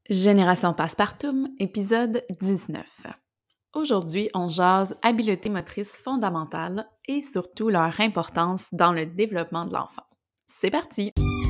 Génération Passepartout, épisode 19. Aujourd'hui, on jase habiletés motrices fondamentales et surtout leur importance dans le développement de l'enfant. C'est parti!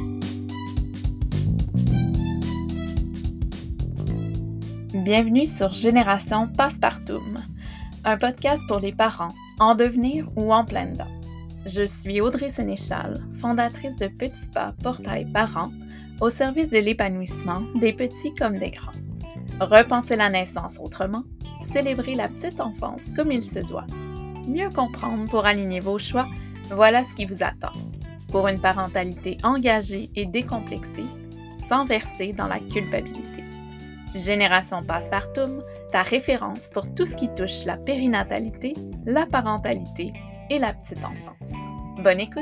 Bienvenue sur Génération Passepartout, un podcast pour les parents, en devenir ou en plein dedans. Je suis Audrey Sénéchal, fondatrice de Petits Pas Portail Parents, au service de l'épanouissement des petits comme des grands. Repenser la naissance autrement, célébrer la petite enfance comme il se doit. Mieux comprendre pour aligner vos choix, voilà ce qui vous attend. Pour une parentalité engagée et décomplexée, sans verser dans la culpabilité. Génération Passepartout, ta référence pour tout ce qui touche la périnatalité, la parentalité et la petite enfance. Bonne écoute!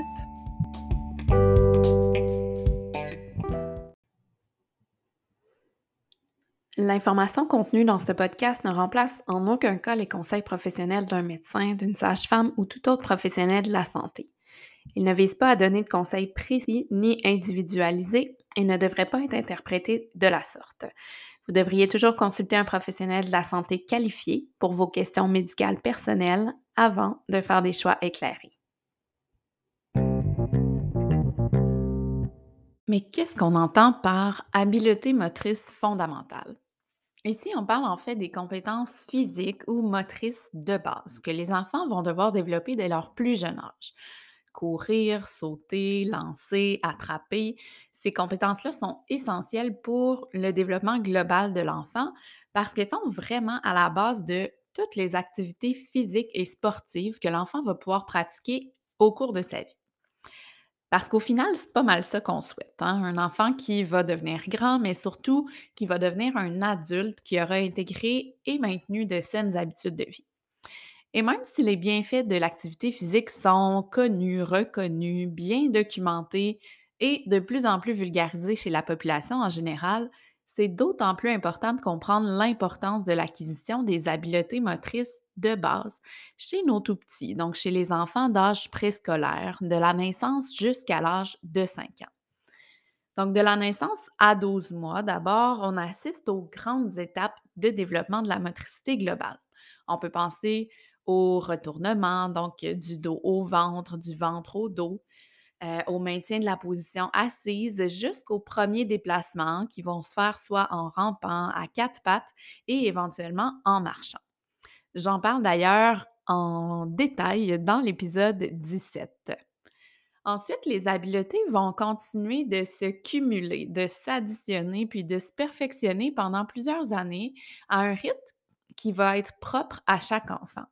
L'information contenue dans ce podcast ne remplace en aucun cas les conseils professionnels d'un médecin, d'une sage-femme ou tout autre professionnel de la santé. Il ne vise pas à donner de conseils précis ni individualisés et ne devrait pas être interprété de la sorte. Vous devriez toujours consulter un professionnel de la santé qualifié pour vos questions médicales personnelles avant de faire des choix éclairés. Mais qu'est-ce qu'on entend par habileté motrice fondamentale? Ici, on parle en fait des compétences physiques ou motrices de base que les enfants vont devoir développer dès leur plus jeune âge. Courir, sauter, lancer, attraper, ces compétences-là sont essentielles pour le développement global de l'enfant parce qu'elles sont vraiment à la base de toutes les activités physiques et sportives que l'enfant va pouvoir pratiquer au cours de sa vie. Parce qu'au final, c'est pas mal ça qu'on souhaite, hein? Un enfant qui va devenir grand, mais surtout qui va devenir un adulte qui aura intégré et maintenu de saines habitudes de vie. Et même si les bienfaits de l'activité physique sont connus, reconnus, bien documentés et de plus en plus vulgarisés chez la population en général, c'est d'autant plus important de comprendre l'importance de l'acquisition des habiletés motrices de base chez nos tout-petits, donc chez les enfants d'âge préscolaire, de la naissance jusqu'à l'âge de 5 ans. Donc, de la naissance à 12 mois, d'abord, on assiste aux grandes étapes de développement de la motricité globale. On peut penser au retournement, donc du dos au ventre, du ventre au dos, au maintien de la position assise jusqu'aux premiers déplacements qui vont se faire soit en rampant, à quatre pattes et éventuellement en marchant. J'en parle d'ailleurs en détail dans l'épisode 17. Ensuite, les habiletés vont continuer de se cumuler, de s'additionner, puis de se perfectionner pendant plusieurs années à un rythme qui va être propre à chaque enfant.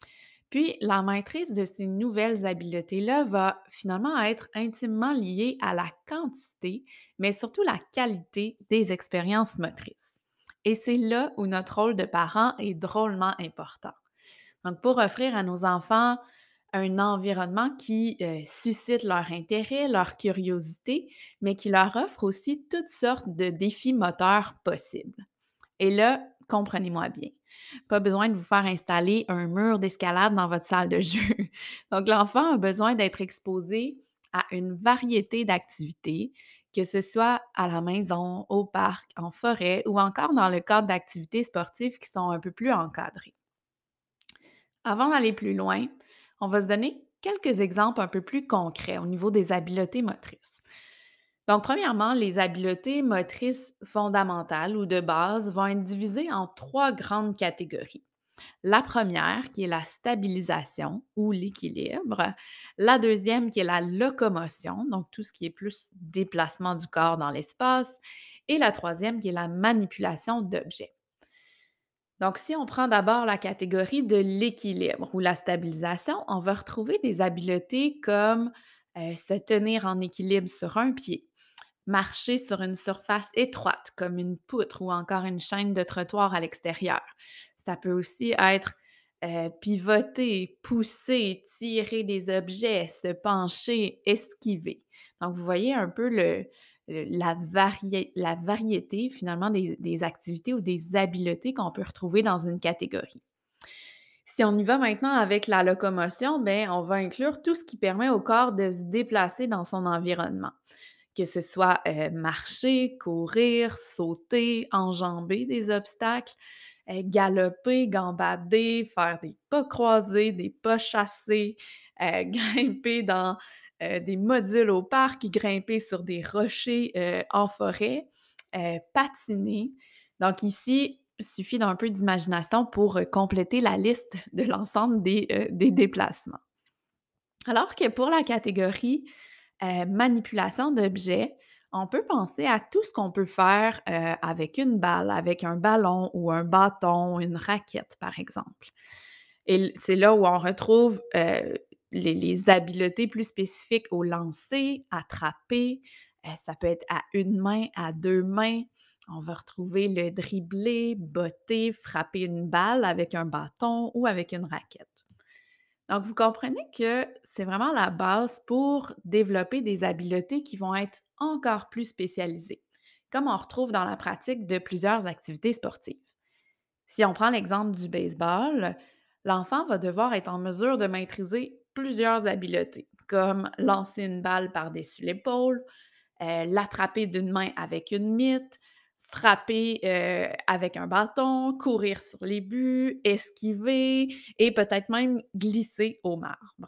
Puis, la maîtrise de ces nouvelles habiletés-là va finalement être intimement liée à la quantité, mais surtout la qualité des expériences motrices. Et c'est là où notre rôle de parent est drôlement important. Donc, pour offrir à nos enfants un environnement qui suscite leur intérêt, leur curiosité, mais qui leur offre aussi toutes sortes de défis moteurs possibles. Et là, comprenez-moi bien, pas besoin de vous faire installer un mur d'escalade dans votre salle de jeu. Donc, l'enfant a besoin d'être exposé à une variété d'activités, que ce soit à la maison, au parc, en forêt ou encore dans le cadre d'activités sportives qui sont un peu plus encadrées. Avant d'aller plus loin, on va se donner quelques exemples un peu plus concrets au niveau des habiletés motrices. Donc, premièrement, les habiletés motrices fondamentales ou de base vont être divisées en trois grandes catégories. La première, qui est la stabilisation ou l'équilibre. La deuxième, qui est la locomotion, donc tout ce qui est plus déplacement du corps dans l'espace. Et la troisième, qui est la manipulation d'objets. Donc, si on prend d'abord la catégorie de l'équilibre ou la stabilisation, on va retrouver des habiletés comme se tenir en équilibre sur un pied, marcher sur une surface étroite comme une poutre ou encore une chaîne de trottoir à l'extérieur. Ça peut aussi être pivoter, pousser, tirer des objets, se pencher, esquiver. Donc, vous voyez un peu la variété finalement des activités ou des habiletés qu'on peut retrouver dans une catégorie. Si on y va maintenant avec la locomotion, ben, on va inclure tout ce qui permet au corps de se déplacer dans son environnement, que ce soit marcher, courir, sauter, enjamber des obstacles, galoper, gambader, faire des pas croisés, des pas chassés, grimper dans des modules au parc, grimper sur des rochers en forêt, patiner. Donc ici, il suffit d'un peu d'imagination pour compléter la liste de l'ensemble des déplacements. Alors que pour la catégorie manipulation d'objets, on peut penser à tout ce qu'on peut faire avec une balle, avec un ballon ou un bâton, une raquette, par exemple. Et c'est là où on retrouve les habiletés plus spécifiques au lancer, attraper. Ça peut être à une main, à deux mains. On va retrouver le dribbler, botter, frapper une balle avec un bâton ou avec une raquette. Donc, vous comprenez que c'est vraiment la base pour développer des habiletés qui vont être encore plus spécialisées, comme on retrouve dans la pratique de plusieurs activités sportives. Si on prend l'exemple du baseball, l'enfant va devoir être en mesure de maîtriser plusieurs habiletés, comme lancer une balle par-dessus l'épaule, l'attraper d'une main avec une mitte, frapper avec un bâton, courir sur les buts, esquiver et peut-être même glisser au marbre.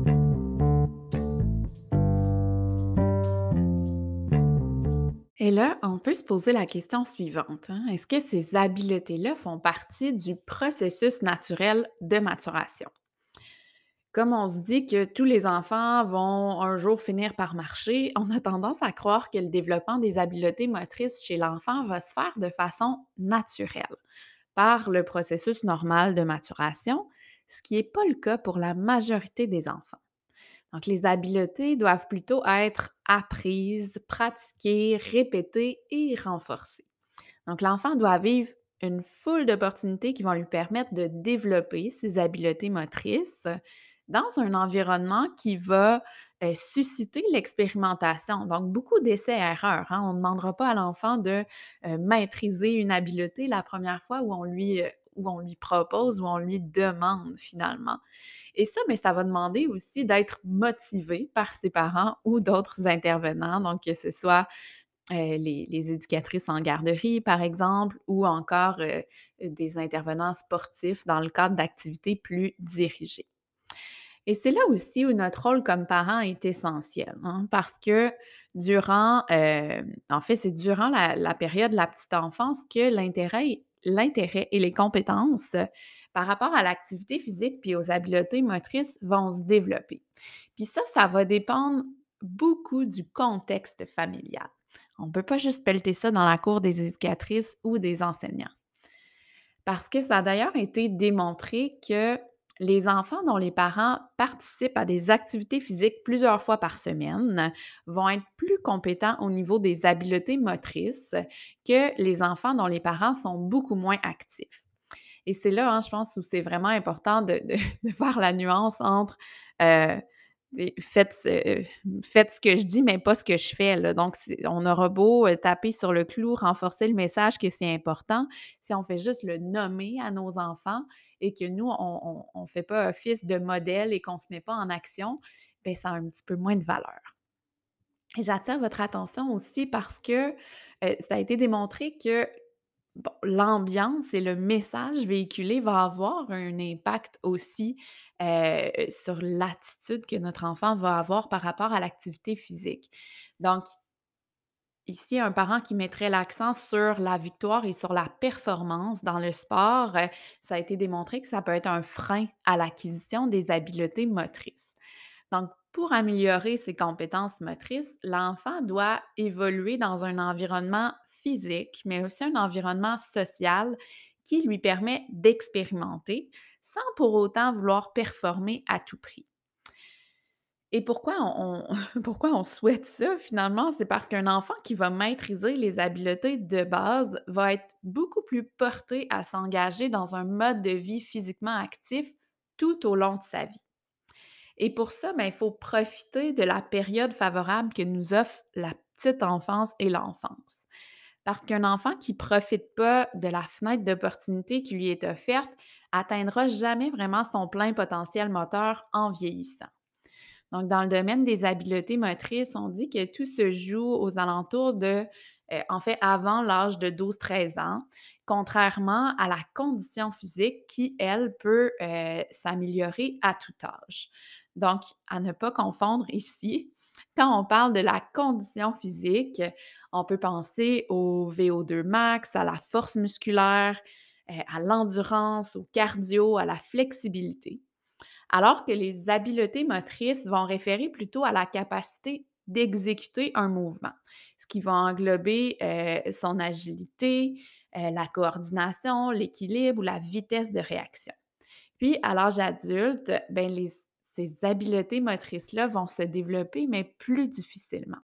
Et là, on peut se poser la question suivante, hein. Est-ce que ces habiletés-là font partie du processus naturel de maturation? Comme on se dit que tous les enfants vont un jour finir par marcher, on a tendance à croire que le développement des habiletés motrices chez l'enfant va se faire de façon naturelle, par le processus normal de maturation, ce qui n'est pas le cas pour la majorité des enfants. Donc, les habiletés doivent plutôt être apprises, pratiquées, répétées et renforcées. Donc, l'enfant doit vivre une foule d'opportunités qui vont lui permettre de développer ses habiletés motrices dans un environnement qui va susciter l'expérimentation. Donc, beaucoup d'essais-erreurs, hein. On ne demandera pas à l'enfant de maîtriser une habileté la première fois où on lui propose, où on lui demande finalement. Et ça, mais ça va demander aussi d'être motivé par ses parents ou d'autres intervenants, donc que ce soit les éducatrices en garderie, par exemple, ou encore des intervenants sportifs dans le cadre d'activités plus dirigées. Et c'est là aussi où notre rôle comme parent est essentiel, hein, parce que en fait, c'est durant la période de la petite enfance que l'intérêt et les compétences par rapport à l'activité physique puis aux habiletés motrices vont se développer. Puis ça va dépendre beaucoup du contexte familial. On ne peut pas juste pelleter ça dans la cour des éducatrices ou des enseignants. Parce que ça a d'ailleurs été démontré que les enfants dont les parents participent à des activités physiques plusieurs fois par semaine vont être plus compétents au niveau des habiletés motrices que les enfants dont les parents sont beaucoup moins actifs. Et c'est là, hein, je pense, où c'est vraiment important de faire la nuance entre euh, faites ce que je dis, mais pas ce que je fais, là. Donc, on aura beau taper sur le clou, renforcer le message que c'est important. Si on fait juste le nommer à nos enfants et que nous, on ne fait pas office de modèle et qu'on ne se met pas en action, bien, ça a un petit peu moins de valeur. Et j'attire votre attention aussi parce que ça a été démontré que bon, l'ambiance et le message véhiculé va avoir un impact aussi sur l'attitude que notre enfant va avoir par rapport à l'activité physique. Donc, ici, un parent qui mettrait l'accent sur la victoire et sur la performance dans le sport, ça a été démontré que ça peut être un frein à l'acquisition des habiletés motrices. Donc, pour améliorer ses compétences motrices, l'enfant doit évoluer dans un environnement physique, mais aussi un environnement social qui lui permet d'expérimenter sans pour autant vouloir performer à tout prix. Et pourquoi pourquoi on souhaite ça finalement? C'est parce qu'un enfant qui va maîtriser les habiletés de base va être beaucoup plus porté à s'engager dans un mode de vie physiquement actif tout au long de sa vie. Et pour ça, ben, il faut profiter de la période favorable que nous offre la petite enfance et l'enfance. Parce qu'un enfant qui ne profite pas de la fenêtre d'opportunité qui lui est offerte atteindra jamais vraiment son plein potentiel moteur en vieillissant. Donc, dans le domaine des habiletés motrices, on dit que tout se joue aux alentours de, en fait, avant l'âge de 12-13 ans, contrairement à la condition physique qui, elle, peut s'améliorer à tout âge. Donc, à ne pas confondre ici, quand on parle de la condition physique, on peut penser au VO2 max, à la force musculaire, à l'endurance, au cardio, à la flexibilité. Alors que les habiletés motrices vont référer plutôt à la capacité d'exécuter un mouvement, ce qui va englober son agilité, la coordination, l'équilibre ou la vitesse de réaction. Puis, à l'âge adulte, ben, ces habiletés motrices-là vont se développer, mais plus difficilement.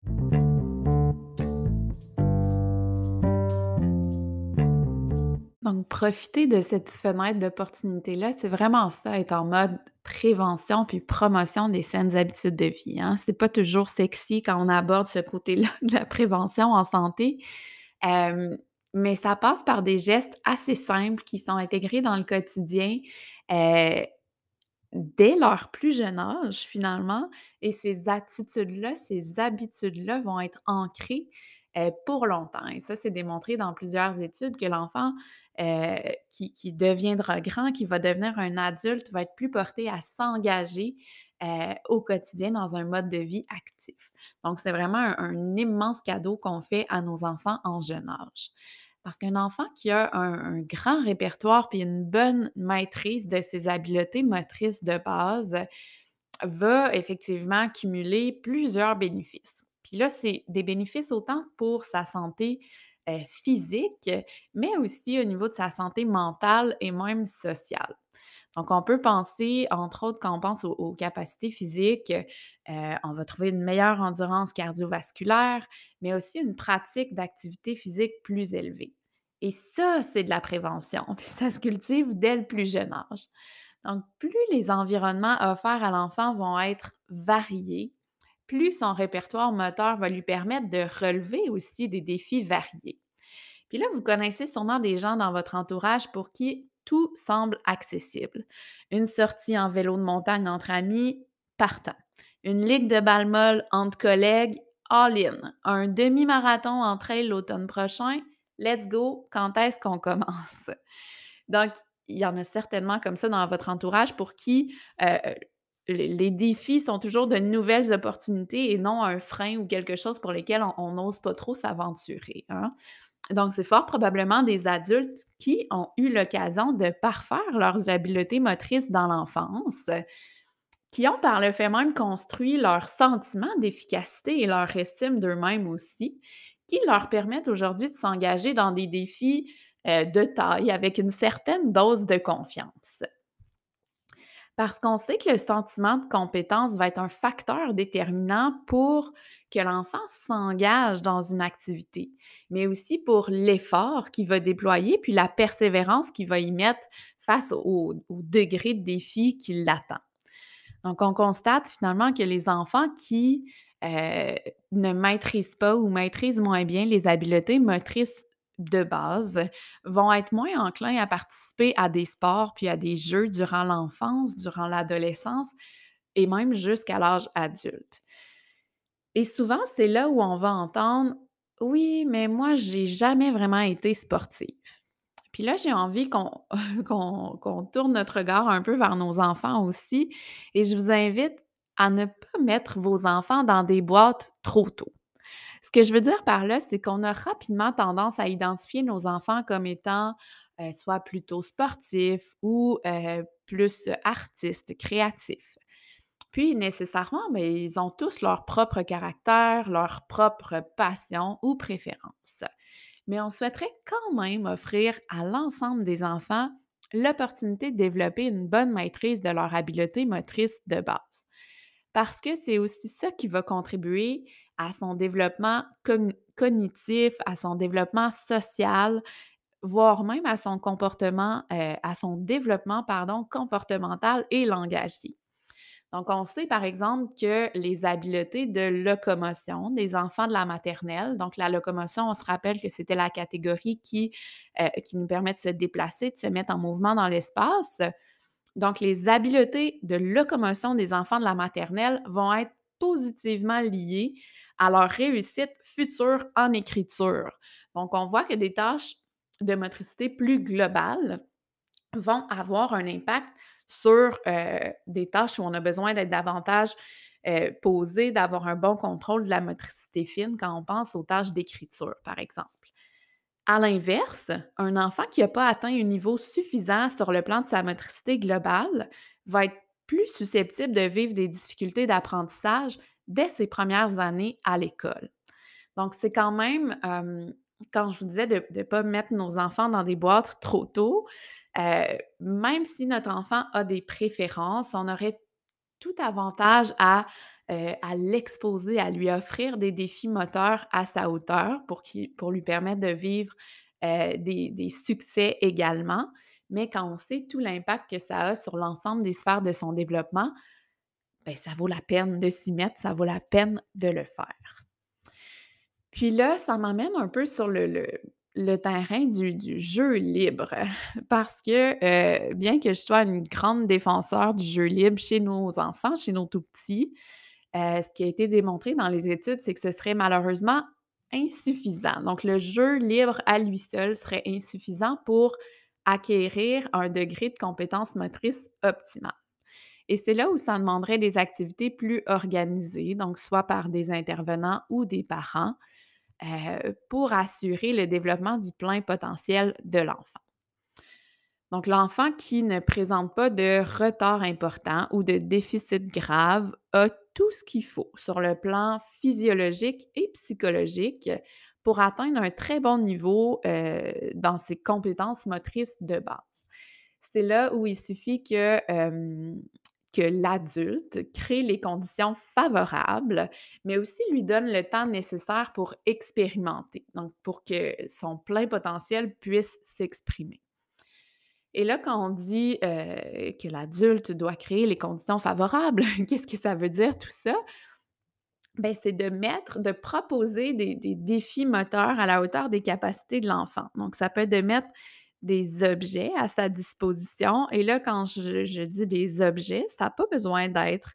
Donc, profiter de cette fenêtre d'opportunité-là, c'est vraiment ça, être en mode prévention puis promotion des saines habitudes de vie, hein. C'est pas toujours sexy quand on aborde ce côté-là de la prévention en santé, hem, mais ça passe par des gestes assez simples qui sont intégrés dans le quotidien, heu, dès leur plus jeune âge, finalement, et ces attitudes-là, ces habitudes-là vont être ancrées, pour longtemps, et ça, c'est démontré dans plusieurs études que l'enfant, qui deviendra grand, qui va devenir un adulte, va être plus porté à s'engager, au quotidien dans un mode de vie actif. Donc c'est vraiment un immense cadeau qu'on fait à nos enfants en jeune âge. Parce qu'un enfant qui a un grand répertoire puis une bonne maîtrise de ses habiletés motrices de base va effectivement cumuler plusieurs bénéfices. Puis là, c'est des bénéfices autant pour sa santé, physique, mais aussi au niveau de sa santé mentale et même sociale. Donc, on peut penser, entre autres, quand on pense aux capacités physiques, on va trouver une meilleure endurance cardiovasculaire, mais aussi une pratique d'activité physique plus élevée. Et ça, c'est de la prévention, puis ça se cultive dès le plus jeune âge. Donc, plus les environnements offerts à l'enfant vont être variés, plus son répertoire moteur va lui permettre de relever aussi des défis variés. Puis là, vous connaissez sûrement des gens dans votre entourage pour qui tout semble accessible. Une sortie en vélo de montagne entre amis, partant. Une ligue de balle molle entre collègues, all-in. Un demi-marathon en trail l'automne prochain, let's go, quand est-ce qu'on commence? Donc, il y en a certainement comme ça dans votre entourage pour qui les défis sont toujours de nouvelles opportunités et non un frein ou quelque chose pour lequel on n'ose pas trop s'aventurer, hein. Donc, c'est fort probablement des adultes qui ont eu l'occasion de parfaire leurs habiletés motrices dans l'enfance, qui ont par le fait même construit leur sentiment d'efficacité et leur estime d'eux-mêmes aussi, qui leur permettent aujourd'hui de s'engager dans des défis de taille avec une certaine dose de confiance. Parce qu'on sait que le sentiment de compétence va être un facteur déterminant pour que l'enfant s'engage dans une activité, mais aussi pour l'effort qu'il va déployer, puis la persévérance qu'il va y mettre face au degré de défi qui l'attend. Donc, on constate finalement que les enfants qui ne maîtrisent pas ou maîtrisent moins bien les habiletés motrices de base vont être moins enclins à participer à des sports puis à des jeux durant l'enfance, durant l'adolescence et même jusqu'à l'âge adulte. Et souvent, c'est là où on va entendre: «Oui, mais moi, j'ai jamais vraiment été sportive». Puis là, j'ai envie qu'on qu'on tourne notre regard un peu vers nos enfants aussi, et je vous invite à ne pas mettre vos enfants dans des boîtes trop tôt. Ce que je veux dire par là, c'est qu'on a rapidement tendance à identifier nos enfants comme étant, soit plutôt sportifs ou, plus artistes, créatifs. Puis nécessairement, beh, ils ont tous leur propre caractère, leur propre passion ou préférence. Mais on souhaiterait quand même offrir à l'ensemble des enfants l'opportunité de développer une bonne maîtrise de leur habileté motrice de base. Parce que c'est aussi ça qui va contribuer à son développement cognitif, à son développement social, voire même à son développement, pardon, comportemental et langagier. Donc, on sait par exemple que les habiletés de locomotion des enfants de la maternelle, donc la locomotion, on se rappelle que c'était la catégorie qui nous permet de se déplacer, de se mettre en mouvement dans l'espace. Donc, les habiletés de locomotion des enfants de la maternelle vont être positivement liées à leur réussite future en écriture. Donc, on voit que des tâches de motricité plus globales vont avoir un impact sur, des tâches où on a besoin d'être davantage, posé, d'avoir un bon contrôle de la motricité fine quand on pense aux tâches d'écriture, par exemple. À l'inverse, un enfant qui n'a pas atteint un niveau suffisant sur le plan de sa motricité globale va être plus susceptible de vivre des difficultés d'apprentissage dès ses premières années à l'école. Donc, c'est quand même, quand je vous disais de ne pas mettre nos enfants dans des boîtes trop tôt, même si notre enfant a des préférences, on aurait tout avantage à l'exposer, à lui offrir des défis moteurs à sa hauteur pour lui permettre de vivre, des succès également. Mais quand on sait tout l'impact que ça a sur l'ensemble des sphères de son développement, ben ça vaut la peine de s'y mettre, ça vaut la peine de le faire. Puis là, ça m'amène un peu sur le terrain du jeu libre parce que, bien que je sois une grande défenseur du jeu libre chez nos enfants, chez nos tout petits, ce qui a été démontré dans les études, c'est que ce serait malheureusement insuffisant. Donc le jeu libre à lui seul serait insuffisant pour acquérir un degré de compétence motrice optimale. Et c'est là où ça demanderait des activités plus organisées, donc soit par des intervenants ou des parents, pour assurer le développement du plein potentiel de l'enfant. Donc, l'enfant qui ne présente pas de retard important ou de déficit grave a tout ce qu'il faut sur le plan physiologique et psychologique pour atteindre un très bon niveau dans ses compétences motrices de base. C'est là où il suffit que l'adulte crée les conditions favorables, mais aussi lui donne le temps nécessaire pour expérimenter, donc pour que son plein potentiel puisse s'exprimer. Et là, quand on dit, que l'adulte doit créer les conditions favorables, qu'est-ce que ça veut dire tout ça? Ben, c'est de proposer des défis moteurs à la hauteur des capacités de l'enfant. Donc ça peut être de mettre des objets à sa disposition et là, quand je dis des objets, ça a pas besoin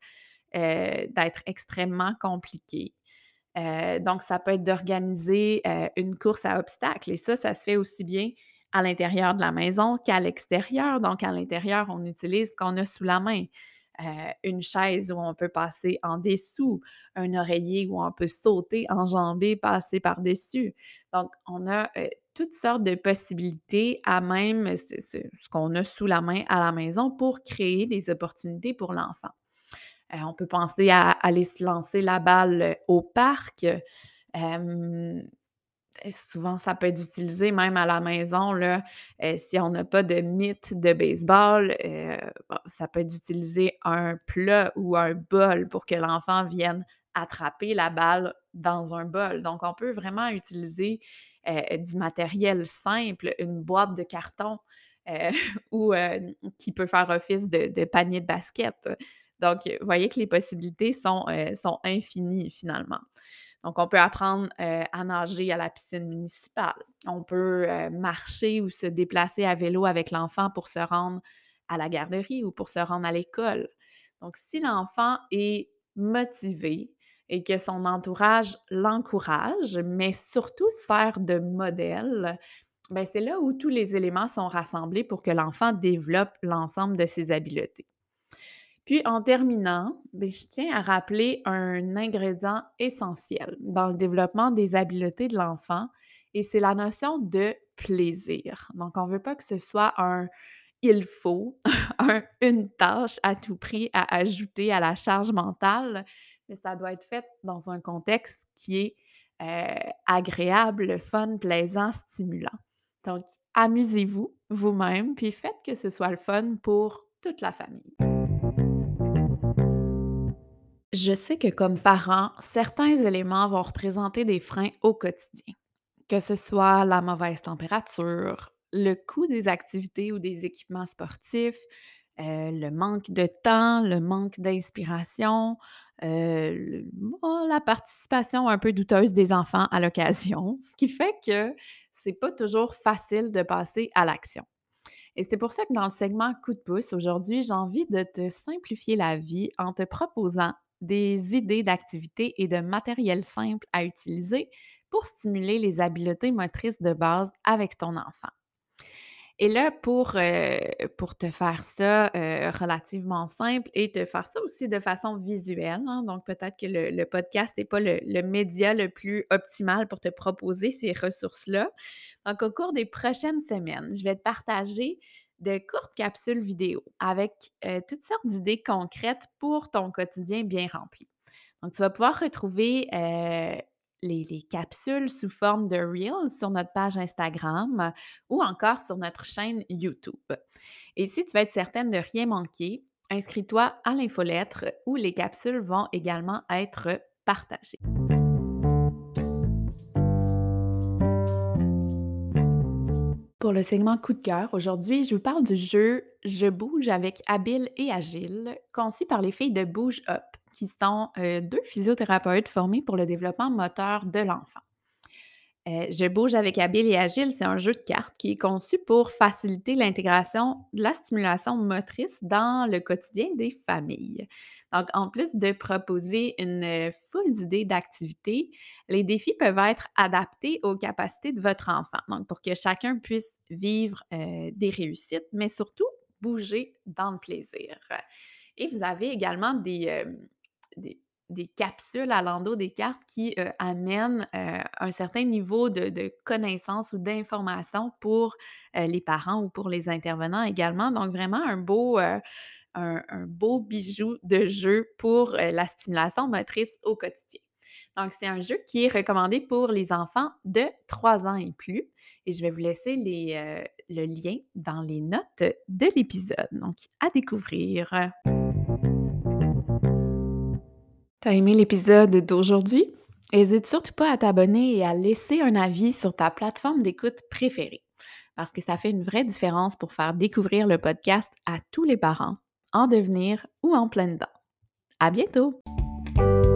d'être extrêmement compliqué. Donc ça peut être d'organiser, une course à obstacles et ça se fait aussi bien à l'intérieur de la maison qu'à l'extérieur. Donc à l'intérieur, on utilise ce qu'on a sous la main. Une chaise où on peut passer en dessous, un oreiller où on peut sauter, enjamber, passer par-dessus. Donc on a, toutes sortes de possibilités à même ce qu'on a sous la main à la maison pour créer des opportunités pour l'enfant. On peut penser à aller se lancer la balle, au parc. Hem, et souvent, ça peut être utilisé même à la maison, là, si on n'a pas de mitt de baseball, bon, ça peut être d'utiliser un plat ou un bol pour que l'enfant vienne attraper la balle dans un bol. Donc on peut vraiment utiliser, du matériel simple, une boîte de carton, heu, ou, qui peut faire office de panier de basket. Donc, vous voyez que les possibilités sont infinies finalement. Donc, on peut apprendre, à nager à la piscine municipale. On peut, marcher ou se déplacer à vélo avec l'enfant pour se rendre à la garderie ou pour se rendre à l'école. Donc, si l'enfant est motivé et que son entourage l'encourage, mais surtout sert de modèle, ben c'est là où tous les éléments sont rassemblés pour que l'enfant développe l'ensemble de ses habiletés. Puis en terminant, beh, je tiens à rappeler un ingrédient essentiel dans le développement des habiletés de l'enfant et c'est la notion de plaisir. Donc on ne veut pas que ce soit un «il faut», une tâche à tout prix à ajouter à la charge mentale, mais ça doit être fait dans un contexte qui est, agréable, fun, plaisant, stimulant. Donc amusez-vous vous-même, puis faites que ce soit le fun pour toute la famille. Je sais que comme parent, certains éléments vont représenter des freins au quotidien, que ce soit la mauvaise température, le coût des activités ou des équipements sportifs, le manque de temps, le manque d'inspiration, la participation un peu douteuse des enfants à l'occasion, ce qui fait que c'est pas toujours facile de passer à l'action. Et c'est pour ça que dans le segment Coup de pouce, aujourd'hui, j'ai envie de te simplifier la vie en te proposant des idées d'activités et de matériel simple à utiliser pour stimuler les habiletés motrices de base avec ton enfant. Et là, pour te faire ça, relativement simple et te faire ça aussi de façon visuelle, hein, donc peut-être que le podcast n'est pas le média le plus optimal pour te proposer ces ressources-là. Donc au cours des prochaines semaines, je vais te partager de courtes capsules vidéo avec, toutes sortes d'idées concrètes pour ton quotidien bien rempli. Donc, tu vas pouvoir retrouver, les capsules sous forme de reels sur notre page Instagram ou encore sur notre chaîne YouTube. Et si tu veux être certaine de rien manquer, inscris-toi à l'infolettre où les capsules vont également être partagées. Pour le segment coup de cœur, aujourd'hui, je vous parle du jeu Je bouge avec Habile et Agile, conçu par les filles de Bouge Up, qui sont deux physiothérapeutes formés pour le développement moteur de l'enfant. Je bouge avec Habile et Agile, c'est un jeu de cartes qui est conçu pour faciliter l'intégration de la stimulation motrice dans le quotidien des familles. Donc, en plus de proposer une foule d'idées d'activités, les défis peuvent être adaptés aux capacités de votre enfant. Donc, pour que chacun puisse vivre des réussites, mais surtout bouger dans le plaisir. Et vous avez également des des capsules à l'endos des cartes qui, amènent, un certain niveau de connaissance ou d'information pour, les parents ou pour les intervenants également. Donc vraiment un beau bijou de jeu pour, la stimulation motrice au quotidien. Donc c'est un jeu qui est recommandé pour les enfants de 3 ans et plus et je vais vous laisser le lien dans les notes de l'épisode, donc à découvrir. T'as aimé l'épisode d'aujourd'hui? Hésite surtout pas à t'abonner et à laisser un avis sur ta plateforme d'écoute préférée, parce que ça fait une vraie différence pour faire découvrir le podcast à tous les parents, en devenir ou en plein dedans. À bientôt!